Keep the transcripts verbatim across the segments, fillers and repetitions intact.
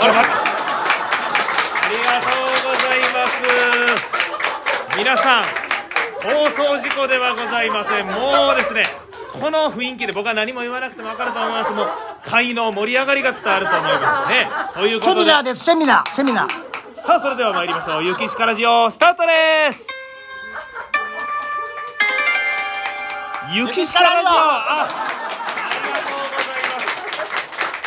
ありがとうございます。皆さん放送事故ではございません。もうですね、この雰囲気で僕は何も言わなくても分かると思います。もう会の盛り上がりが伝わると思いますね。ということでセミナーです。セミナーセミナー。 さあそれでは参りましょう。ゆきしかラジオスタートです。ゆきしかラジオ、あ、ありがとうございます。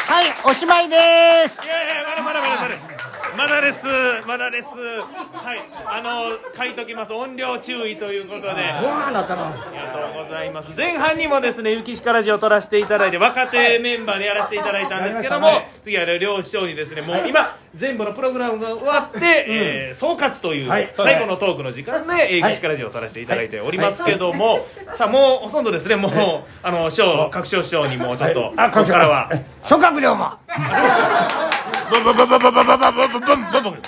はい、おしまいです。 いやいや、まだまだまだまだまだですまだです。はい、あの書いときます。音量注意ということで、あわーなったな。 りがとうございます。前半にもですね、ゆきしかラジオを撮らせていただいて、若手メンバーでやらせていただいたんですけども、 はい、 次は両師匠にですね、もう今全部のプログラムが終わって、うん、えー、総括という、はい、最後のトークの時間でゆきしかラジオを撮らせていただいておりますけども、はいはい、さあもうほとんどですね、もう、はい、あの師匠、各師匠にもちょっと、はい、あ、ここからは諸葛亮もブンブンブンブンブンブンブンブンブンブンブン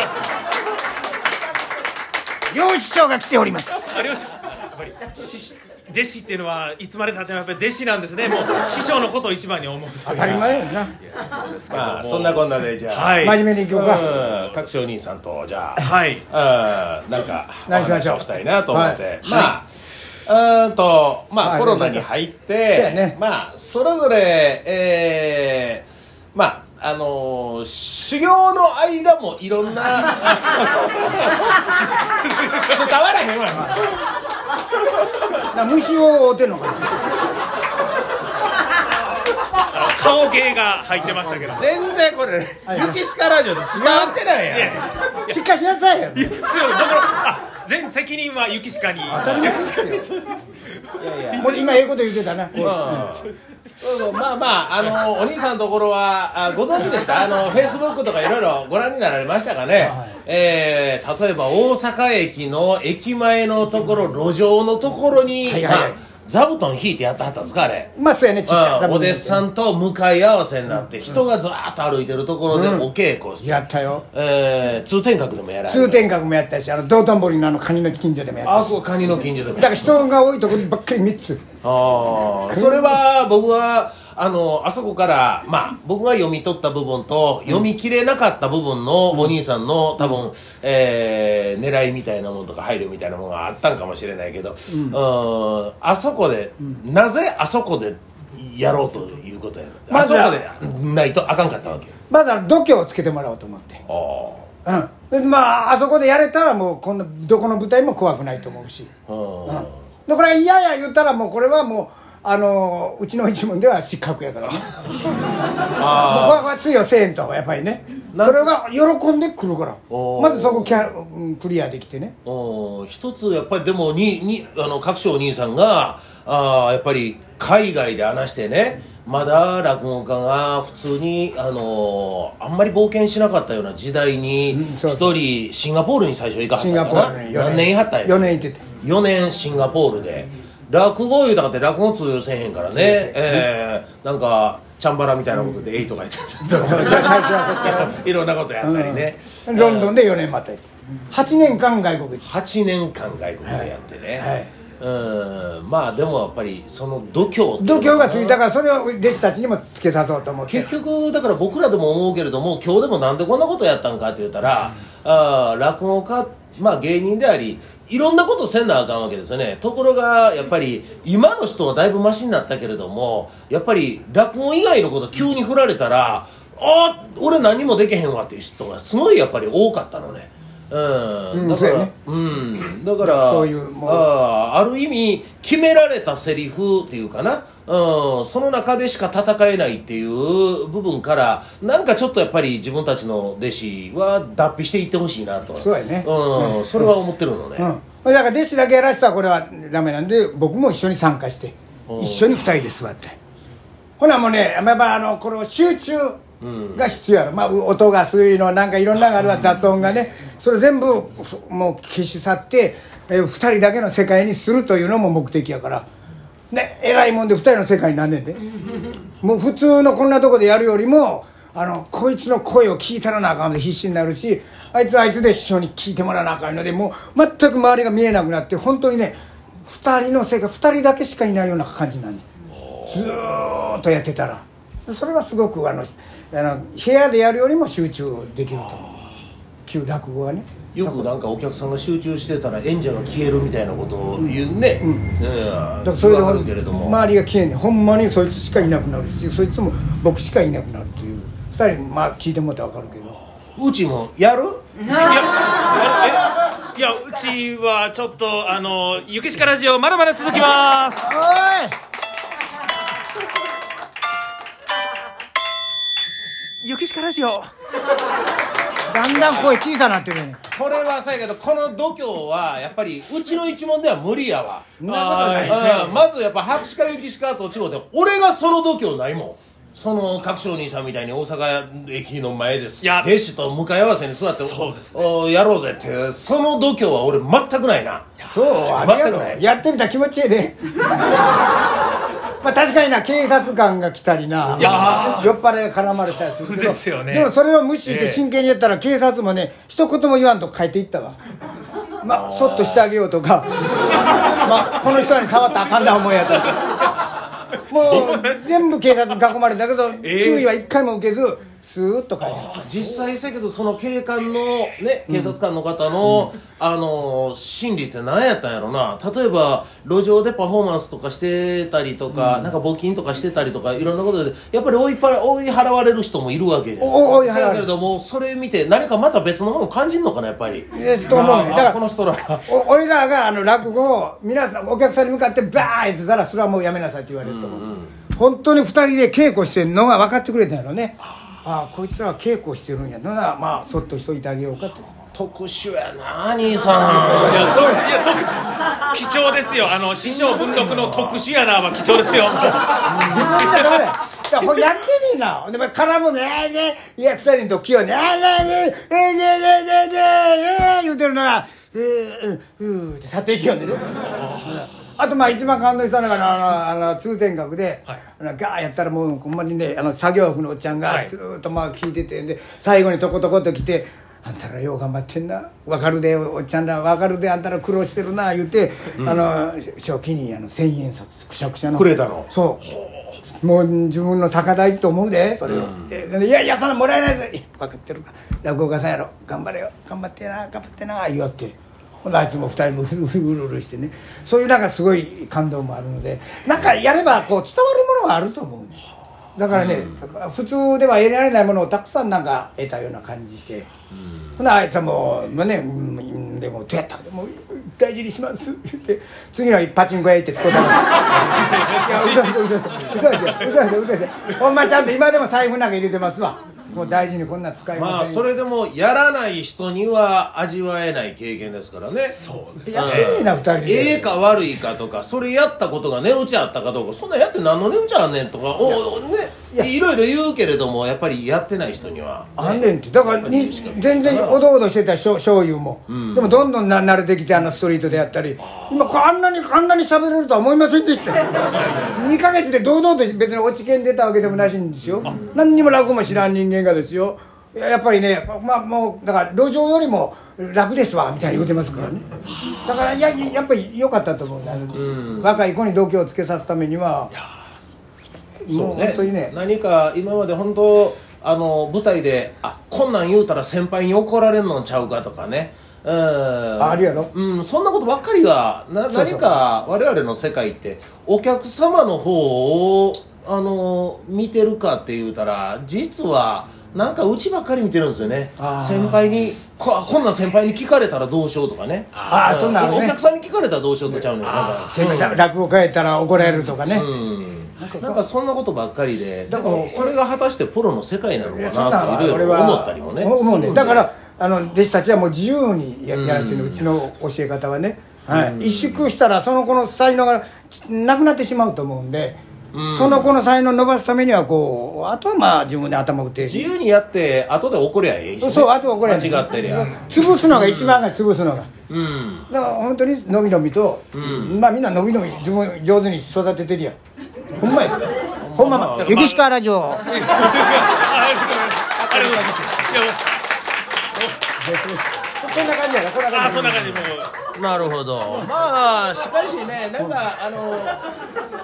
両師匠が来ております。 あ、両師匠、やっぱり弟子っていうのはいつまでたってもやっぱり弟子なんですね。もう師匠のことを一番に思うという。 当たり前やな。 まあそんなこんなでじゃあ、 はい、真面目にいこうか。 各師匠兄さんとじゃあ、 はい、 あ、なんか何しましょう。 したいなと思って、はい、まあ。 はい、 うんとまあ、はい、コロナに入って、 ね、 まあそれぞれ、えー、まああのー、修行の間もいろんなちょっと合わないへんわな、虫を追ってんのかな。 顔芸が入ってましたけど、 全然これゆきしかラジオで伝わってないやん。 しっかりしなさいよ。 いや、あ、全責任はゆきしかに。 当たり前ですよ。いやいや、もう今ええこと言ってたな。 そうそう、まあまあ、あのお兄さんのところはあご存知でした？あのフェイスブックとかいろいろご覧になられましたかね。はい、えー、例えば大阪駅の駅前のところ、路上のところに、はいはいはい、まあ、座布団引いてやってはったんですか、あれ。 まあそうやね、ちっちゃい、 うん、お弟子さんと向かい合わせになって、うん、人がずーっと歩いてるところでお稽古して、 うん、やったよ。 えー、通天閣でもやられた。 通天閣もやったし、あの道頓堀のあのカニの近所でもやったし。 あ、そう、カニの近所でもやった。 だから人が多いところばっかりみっつ。 ああ、それは僕はあのあそこからまあ僕が読み取った部分と読み切れなかった部分のお兄さんの多分、えー、狙いみたいなものとか配慮みたいなものがあったんかもしれないけど、うん、うんあそこで、うん、なぜあそこでやろうということや、まずあそこでないとあかんかったわけ。 まずは度胸をつけてもらおうと思って。ああ、うん、でまああそこでやれたらもうこんなどこの舞台も怖くないと思うし、うん、でこれ嫌や言ったらもうこれはもうあのうちの一門では失格やからね。あこれは通用せえんとやっぱりね、それが喜んでくるから、まずそこキャクリアできてね。 一つやっぱりでもににあの各所お兄さんがあやっぱり海外で話してね、まだ落語家が普通に、あのー、あんまり冒険しなかったような時代に一、うん、人シンガポールに最初行かはったかな。シンガポールに何年いはったんや。 よねん行ってて、 よねんシンガポールで落語言うたかって落語通用せえへんからね、えー、なんかチャンバラみたいなことでエイとか言ってじゃあ最初はそっからいろんなことやったりね、 うん、ロンドンでよねんまた行ってはちねんかん外国行ってはちねんかん外国でやってね、 はいはい、 うん、まあでもやっぱりその度胸度胸がついたからそれを弟子たちにもつけさそうと思って、 結局だから僕らでも思うけれども、今日でもなんでこんなことやったんかって言ったら、うん、あ落語家、まあ芸人でありいろんなことせんなあかんわけですよね。ところがやっぱり今の人はだいぶマシになったけれども、やっぱり落語以外のこと急に振られたら、あ俺何もできへんわっていう人がすごいやっぱり多かったのね。うん、だから、ね、うん、だからそういうもう あ, ある意味決められたセリフっていうかな、うん、その中でしか戦えないっていう部分からなんかちょっとやっぱり自分たちの弟子は脱皮していってほしいなと。 そうやね、 うんうん、それは思ってるのね、 うんうん、だから弟子だけやらせたらこれはダメなんで、僕も一緒に参加して一緒に二人で座って、ほなもうねやっぱあのこの集中が必要やろ、まあ、音がすいのなんかいろんなのがあるわ、雑音がね、それ全部もう消し去って、えー、ふたりだけの世界にするというのも目的やからね。偉いもんでふたりの世界になんねんでもう普通のこんなとこでやるよりもあのこいつの声を聞いたらなあかんので必死になるし、あいつあいつで師匠に聞いてもらわなあかんのでもう全く周りが見えなくなって、本当にねふたりの世界ふたりだけしかいないような感じなんでずーっとやってたら、 それはすごくあのあの部屋でやるよりも集中できると思う旧落語はね。 よくなんかお客さんが集中してたら演者が消えるみたいなことを言うね、うんうん、 だからそれで周りが消えんねん。ほんまにそいつしかいなくなるし、そいつも僕しかいなくなるっていう。ふたりまあ聞いてもらったら分かるけど、 うちもやる？ いやいやうちはちょっとあのゆきしかラジオまだまだ続きます。 おいゆきしかラジオだんだん声小さなってるね。 これはそうやけど、この度胸はやっぱりうちの一門では無理やわ。 そんなことないね。 まずやっぱ白紙からゆきしかと違うて、俺がその度胸ないもん。その各商人さんみたいに大阪駅の前です弟子と向かい合わせに座って、そうですね、おやろうぜって、その度胸は俺全くないな。 そうありがとう。やってみたら気持ちいいでまあ確かにな、警察官が来たりな、まあ、酔っ払いが絡まれたりするけどですよね。 でもそれを無視して真剣にやったら、警察もね一言も言わんと帰っていったわ。まあそっとしてあげようとかまあこの人に触ったらあかんな思いやったもう全部警察に囲まれたけど、えー、注意は一回も受けずスーッと帰る。 実際だけど、その警官のね、警察官の方の、うん、あの心理って何やったんやろな。例えば路上でパフォーマンスとかしてたりとか、うん、なんか募金とかしてたりとか、いろんなことでやっぱり追いぱ追い払われる人もいるわけじゃん。追い払われる。だけれども、それ見て何かまた別のものを感じるのかな、やっぱり。 えと思うね。だからこの人ら俺らがあの落語を皆さんお客さんに向かってバーッ言ってたら、それはもうやめなさいって言われると思う、うんうん、本当にふたりで稽古してるのが分かってくれたんやろね。ああこいつらは稽古してるんやな、まあそっとしといてあげようかって。 特殊やな兄さん。 いやそうです。いや特貴重ですよ。あの師匠文読の特殊やなは貴重ですよ自分がダメだよ。だからやってみんな。でも絡むねね、いやふたりの時はねねねねねねね言うてるのがうーうーって去っていきよんでね。あとまあ一番感動したのがあのあの通天閣で、はい、ガーやったらもうほんまにね、あの作業服のおっちゃんがずーっとまあ聞いてて、で最後にとことこと来て、あんたらよう頑張ってんな、分かるでおっちゃんら分かるで、あんたら苦労してるな言うて、うん、あの初期にあの千円札くしゃくしゃのくれたの。 そうもう自分の酒代と思うでそれを、うん、いやいやそんなもらえないです。分かってるか落語家さんやろ、頑張れよ頑張ってな頑張ってな言わって、あいつも二人もうるうるうるしてね、そういうなんかすごい感動もあるので、なんかやればこう伝わるものがあると思うね。だからね、うん、普通では得られないものをたくさんなんか得たような感じして、ほ、うん、なあいつはもう、まあね、でもどうやったらもう大事にしますって言って、次のパチンコ屋行って使ったらいや嘘嘘嘘嘘嘘嘘嘘嘘嘘嘘ほんまちゃんと今でも財布なんか入れてますわ。もう大事にこんな使いません。 まあそれでもやらない人には味わえない経験ですからね。 そうですね。やってみーなふたりで。 ええか悪いかとか、それやったことが値打ちあったかどうか、そんなんやって何の値打ちあんねんとか、おね、いろいろ言うけれども、やっぱりやってない人には、ね、 あんねんってだからに全然おどおどしてた醤油も、うん、でもどんどんな慣れてきて、あのストリートでやったり、今あんなにあんなに喋れるとは思いませんでしたよにかげつで堂々と別に落ち研出たわけでもないしんですよ。何にも落語も知らん人間がですよ、やっぱりね、まあもうだから路上よりも楽ですわみたいに言ってますからね。だから や, やっぱり良かったと思う、うん、若い子に度胸をつけさすためには。 もう本当にね、何か今まで本当あの舞台であこんなん言うたら先輩に怒られるのちゃうかとかね、うん、 あるやろ、 うん、そんなことばっかりがなそうそう何か我々の世界ってお客様の方をあの見てるかって言うたら、実はなんかうちばっかり見てるんですよね。先輩に こ, こんな先輩に聞かれたらどうしようとかね。 ああ、そんなのね。 お客さんに聞かれたらどうしようとちゃうのよ。 先輩落語変えたら怒られるとかね、 うんなんかそんなことばっかりで、だからそれが果たしてプロの世界なのかなっていろいろ思ったりもね。 思うね。だからあの弟子たちはもう自由に や, やらせてる、うちの教え方はね、はい、萎縮したらその子の才能がなくなってしまうと思うんで、うん、その子の才能を伸ばすためにはこう、あとはまあ自分で頭を打って自由にやって後で怒りゃええし、ね、 そう、後で怒りゃええ、 間違ってりゃ潰すのが一番が潰すのが、 うん、 だから本当にのびのびと、うん、まあみんなのびのび自分上手に育ててるやん。ほんまやほんままゆきしかラジオこんな感じやな、こんな感じ。 あ、そんな感じ。もうなるほど。まあしかしね、なんかあの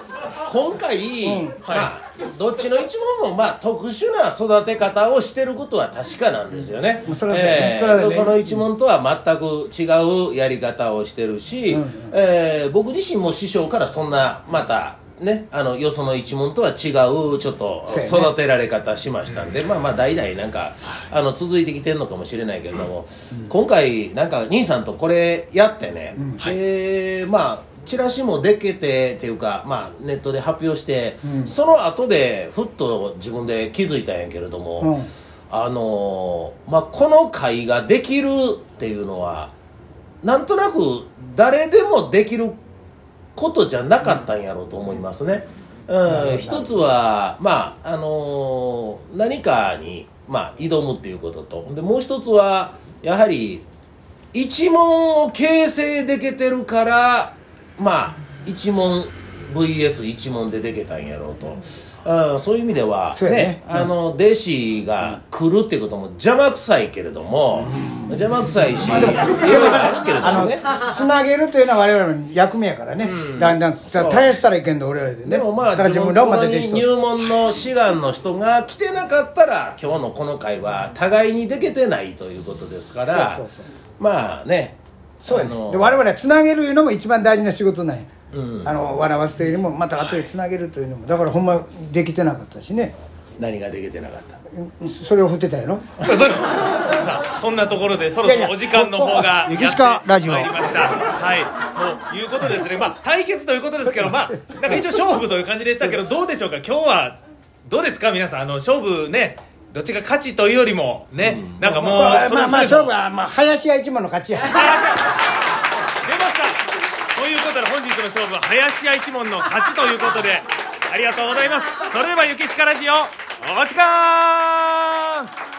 今回、うんまあ、どっちの一門も、まあ、特殊な育て方をしてることは確かなんですよね。 その一門とは全く違うやり方をしてるし、うんえー、僕自身も師匠からそんなまたね、あのよその一門とは違うちょっと育てられ方しましたんで、ね、まあまあ代々なんかあの続いてきてるのかもしれないけれども、うん、今回なんか兄さんとこれやってね、うん、でまあチラシもできてっていうか、まあ、ネットで発表して、うん、その後でふっと自分で気づいたんやけれども、うん、あのー、まあこの会ができるっていうのはなんとなく誰でもできることじゃなかったんやろうと思いますね。うん、一つは、まああのー、何かに、まあ、挑むっていうこととでもう一つはやはり一門を形成できてるからまあ一門 ブイエス 一門でできたんやろうと、うん、そういう意味ではね、ねあの弟子が来るっていうことも邪魔くさいけれども、うん、邪魔くさいし、まあ、でもいろいろあるけれどもねつなげるというのは我々の役目やからね、うん、だんだん絶やしたらいけんの俺らでね。 でもまあだから自分らもまた入門の志願の人が来てなかったら今日のこの会は互いにできてないということですからそうそうそうまあねそうやね、で我々はつなげるいうのも一番大事な仕事なんや、うん、あの笑わせてよりもまた後でつなげるというのもだからほんまできてなかったしね。 何ができてなかった？ それを振ってたやろさあそんなところでそろそろお時間の方がやってまいりましたはいということですね、まあ対決ということですけどまあなんか一応勝負という感じでしたけどどうでしょうか今日はどうですか皆さんあの勝負ねどっちが勝ちというよりもね、うん、なんかもう、まあ、 まあまあ勝負は、まあ、林家一門の勝ちや出ましたということで本日の勝負は林家一門の勝ちということでありがとうございます。それではゆきしかラジオお時間